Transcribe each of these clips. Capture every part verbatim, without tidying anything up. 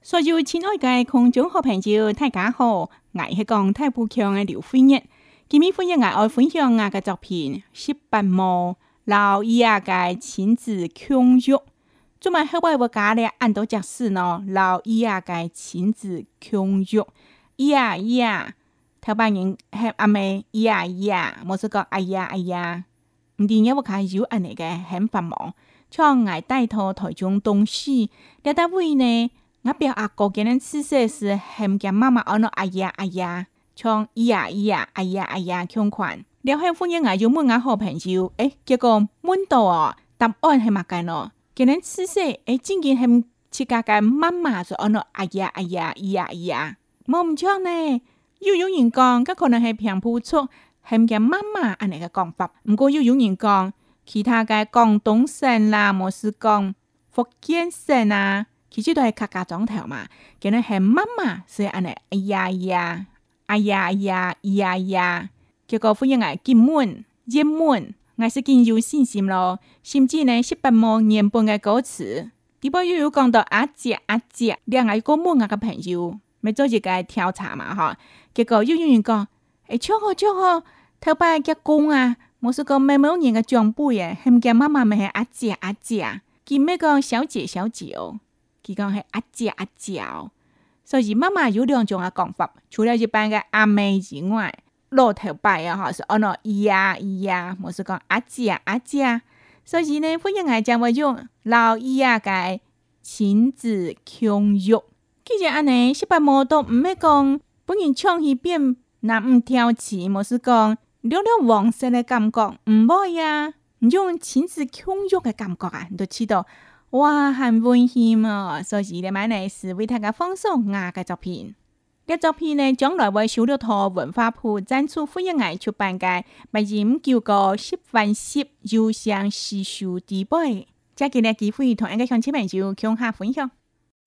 所有亲愛嘅空中好朋友，大家好，我係講大埔腔嘅劉惠月。今日歡迎我愛分享我嘅作品《十八幕老伊亞嘅親子教育》。做埋後尾我家咧按到只事呢，老伊亞嘅親子教育，伊呀伊呀，頭班人係阿妹伊呀伊呀，冇說講哎呀哎呀，唔掂嘢我家有安尼嘅很繁忙，像我帶頭台中東西，呢單位呢。我表阿哥今日出世時，喊叫媽媽按到哎呀哎呀，唱咿呀咿呀哎呀哎呀腔款。了後歡迎我就問我好朋友，誒，結果問到哦，答案係乜嘅咯？今日出世，誒，真嘅係自家嘅媽媽就按到哎呀哎呀咿呀咿呀，冇唔錯呢。又有人講，佢可能係平埔族，喊叫媽媽安尼嘅講法。唔過又有人講，其他嘅廣東省啦，冇是講福建省啊。其實都係客家狀態嘛，今日係媽媽，所以安尼哎呀呀，哎呀哎呀，咿呀呀，結果歡迎我金門、熱門，我是更有信心咯。甚至呢，十八幕原本嘅歌詞，啲波又有講到阿姐阿姐，兩個個門我嘅朋友，咪做一個調查嘛嗬。結果又有人講，誒，唱好唱好，頭擺結公啊，冇說講咩冇人嘅長輩嘅，係唔叫媽媽咪係阿姐阿姐，見咩講小姐小姐哦。佢講係阿姐阿姐，所以媽媽有兩種嘅講法，除了一般嘅阿妹之外，老頭擺啊，是按照咿呀咿呀，冇是講阿姐阿姐，所以呢，歡迎我將會用老咿呀嘅親子教育。其實安尼十八幕都唔係講本人唱起變那唔調詞，冇是講了了黃色嘅感覺，唔會呀，用親子教育嘅感覺啊，你都知道。哇，很溫馨啊！所以你買呢是為大家放鬆我嘅作品。呢作品呢將來會收到台文化部贊助歡迎我出版嘅《賣飲叫個十萬十有聲詩書地背》。再給你機會同一個鄉親朋友共下分享。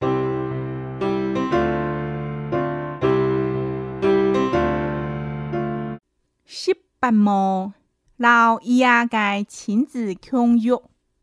十八幕老伊亞嘅親子教育。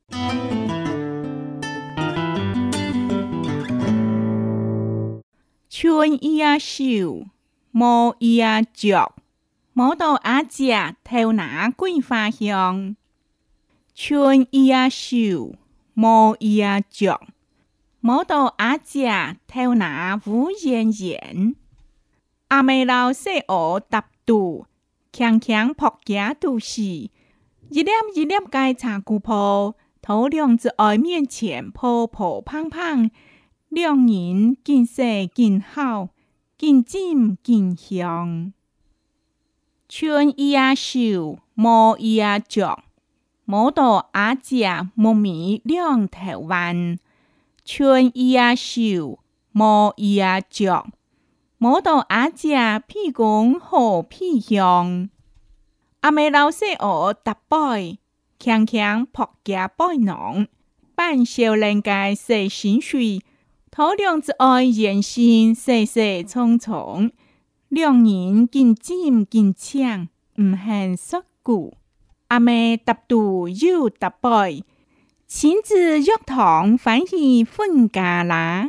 春伊呀少，暮伊呀着，摸到阿姐頭拿桂花香。春伊呀少，暮伊呀着，摸到阿姐頭拿烏煙煙。阿妹老細學搭肚，強強撲家都是，一粒一粒該茶姑婆，頭兩隻愛面前婆婆胖胖。兩人見色見好，見尖見香。春伊呀少，暮伊呀着，摸到阿姐木面兩頭彎。春伊呀少，暮伊呀着，摸到阿姐屁股好屁香。阿妹老細學搭背，強強撲家背囊，半少人家細心水。頭兩隻愛言心細細匆匆，兩人見尖見槍，唔肯說故。阿妹搭肚又搭背，親子約堂歡喜分家啦。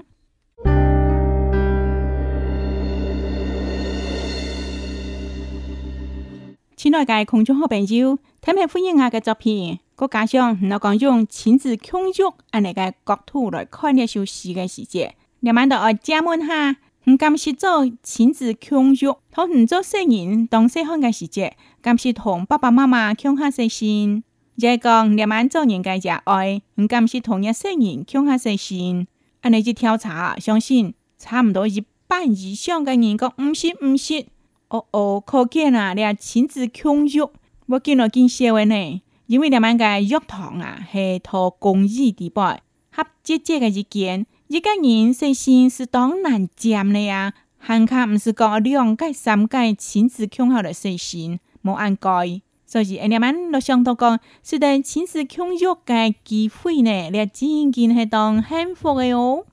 親愛嘅空中好朋友，睇咩歡迎我嘅作品？個家長我講用親子教育安尼個角度來看呢首詩嘅時節，你們都愛加問下，唔敢是做親子教育，同唔做細人當細漢嘅時節，敢是同爸爸媽媽傾下細心。就係講你們做人嘅熱愛，唔敢是同一細人傾下細心。安尼去調查，相信差唔多一半以上嘅人講唔是唔是。哦哦，可見啊，你係親子教育，我見到見笑嘅呢。因為你們嘅約堂啊，係托公益地位，合姐姐嘅意見，一個人細心是當難佔的呀，hand卡唔是講兩屆三屆親子教育嘅細心，冇按改，所以你們都想到講，是對親子教育嘅機會呢，你真見係當幸福嘅哦。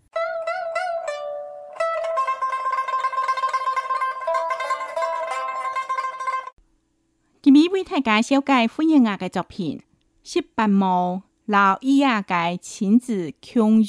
今日為大家紹介歡迎我嘅作品《十八幕老伊亞嘅親子教育》，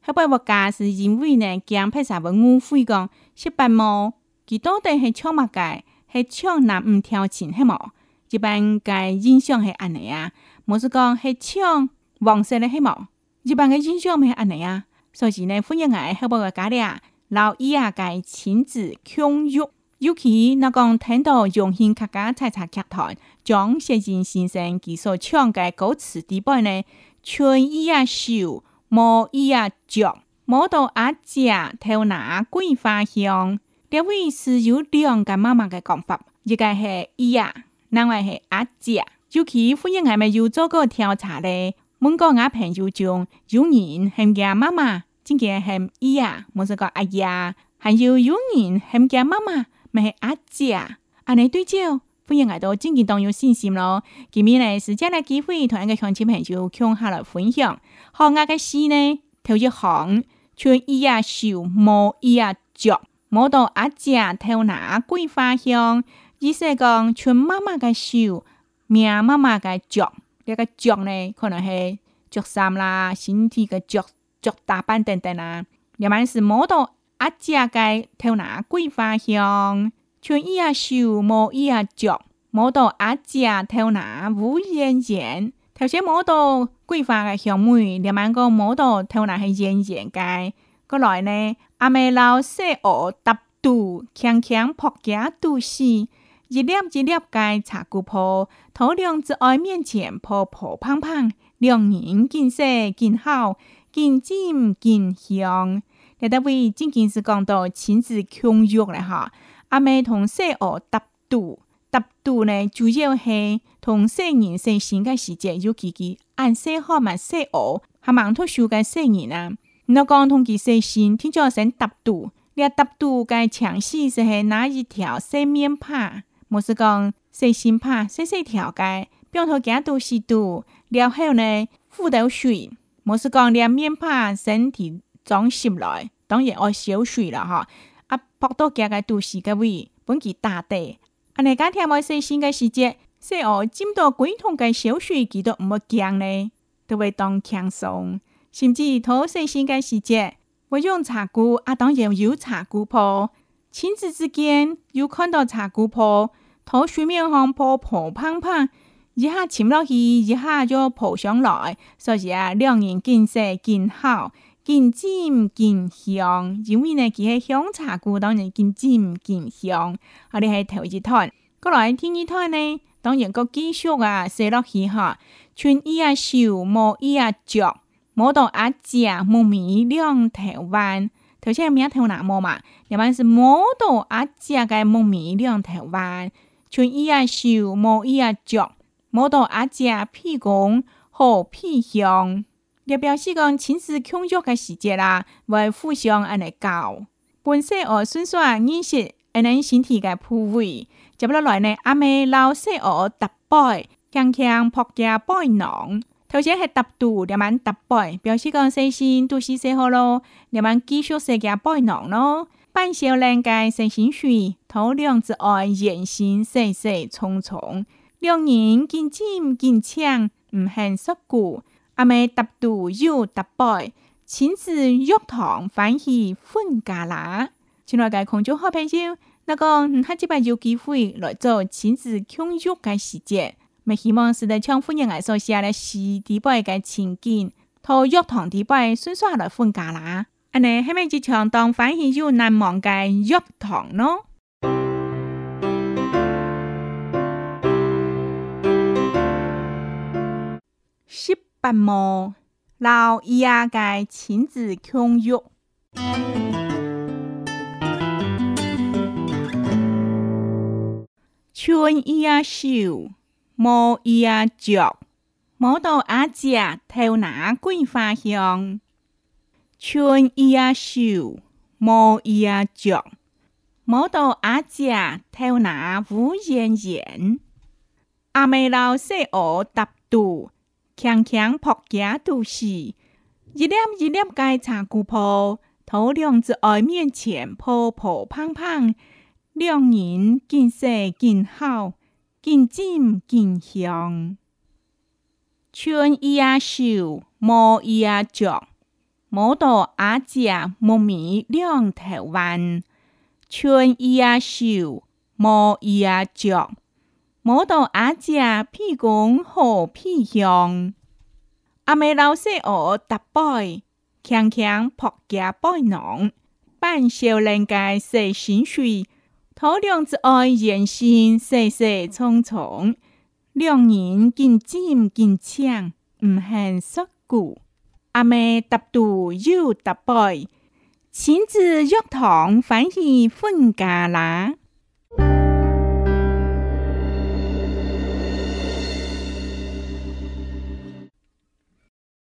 迄摆物价是因为呢，姜配啥物误会讲十八毛，佢到底係唱乜嘅？係唱男唔調情係冇？一般嘅印象係安尼啊，冇是講係唱黃色嘅係冇？一般嘅印象係安尼啊，所以呢，歡迎我喺嗰個家裡啊，老伊啊嘅親子共育，尤其那講聽到榮幸客家採茶劇團張學仁先生佢所唱嘅歌詞底背呢，春意啊秀，毛意啊着，摸到阿姐頭拿桂花香。呢位是有兩個媽媽嘅講法，一個係伊啊，另外係阿姐。尤其歡迎係咪有做過調查咧？問過我朋友中有人係叫媽媽，真嘅係伊啊，冇是個阿爺，還有有人係叫媽媽，咪係阿姐。安尼對照，歡迎嚟到正經當有信心咯。今日呢是將來機會同一個鄉親朋友共下來分享，學我嘅詩呢頭一行，春意啊秀，毛意啊着。摸到阿姐頭拿桂花香，意思講春媽媽嘅手，命媽媽嘅腳。呢個腳呢，可能係着衫啦，身體嘅着着打扮等等啦。另外是摸到阿姐嘅頭拿桂花香，春意啊秀，毛意啊腳。摸到阿姐頭拿無煙煙，頭先摸到桂花嘅香味，另外個摸到頭拿係煙煙嘅。過來呢，阿妹老細鵝搭肚，強強撲夾肚絲，一粒一粒嘅茶菇泡，頭兩隻愛面前泡泡胖胖，兩人見色見好，見尖見香。呢度位正經是講到親子共育咧嚇，阿妹同細鵝搭肚，搭肚呢主要係同細人細心嘅時節，尤其佢按細號埋細鵝，係盲托數嘅細人啊。我講同佢細心，聽咗成搭肚，呢搭肚嘅詳細是係哪一條細面帕，冇是講細心帕細細條嘅，邊頭夾肚是肚，然後呢敷到水，冇是講呢面帕身體裝濕來，當然愛少水啦嗬，啊撲到夾嘅肚是嘅位，本佢打地，啊你家聽冇細心嘅時節，細鵝浸到滾燙嘅小水，佢都唔會驚呢，都會當輕鬆。甚至討細心嘅時節，我用茶菇，啊當然有茶菇泡，親子之間有看到茶菇泡，討水面上泡泡胖胖，一下浸落去，一下就泡上來，所以啊兩人見色見好，見尖見香，因為呢佢係香茶菇，當然見尖見香。我哋係頭一攤，過來第二攤呢，當然個繼續啊寫落去哈，春意啊秀，毛意啊着。摸到阿姐木米兩頭彎，頭先名頭哪摸嘛？另外是摸到阿姐嘅木米兩頭彎，春意啊秀，毛意啊着，摸到阿姐屁股好屁香。你表示講親子共育嘅時節啦，會互相安尼教，本細鵝順順認識安尼身體嘅部位，接落來呢阿妹老細鵝搭背，強強撲夾背囊。頭先係搭肚，兩萬搭背，表示講細心都是寫好咯。兩萬繼續寫嘅背囊咯，半小靚嘅細心水，頭兩隻愛言心細細匆匆，兩人見尖見槍，唔肯縮骨。阿妹搭肚又搭背，親子育堂歡喜分家啦。親愛嘅空中好朋友，那個唔係即擺有機會來做親子共育嘅時節。咪希望是在唱歡迎藝所寫嘅詩底背嘅情景，同育堂底背順順來分家啦。安尼係咪一場當歡喜又難忘嘅育堂咯？十八毛老伊亞嘅親子共育，春意啊秀，毛意啊着，摸到阿姐頭拿桂花香。春意啊秀，毛意啊着，摸到阿姐頭拿無煙煙。阿妹老細鵝搭肚，強強撲夾肚絲，一粒一粒嘅茶菇泡，頭兩隻愛面前泡泡胖胖，兩人見色見好。見尖見香，春意啊秀，毛意啊着， 摸到阿姐木棉兩頭彎，穿伊啊袖，摸伊啊腳，摸到阿姐屁股好屁香。阿妹老細學搭背，強強撲家背囊，扮少年嘅細心水，頭兩之愛言心細細匆匆，兩人緊緊緊搶，唔肯說故。阿妹搭肚又搭背，親子肉糖反而分家啦。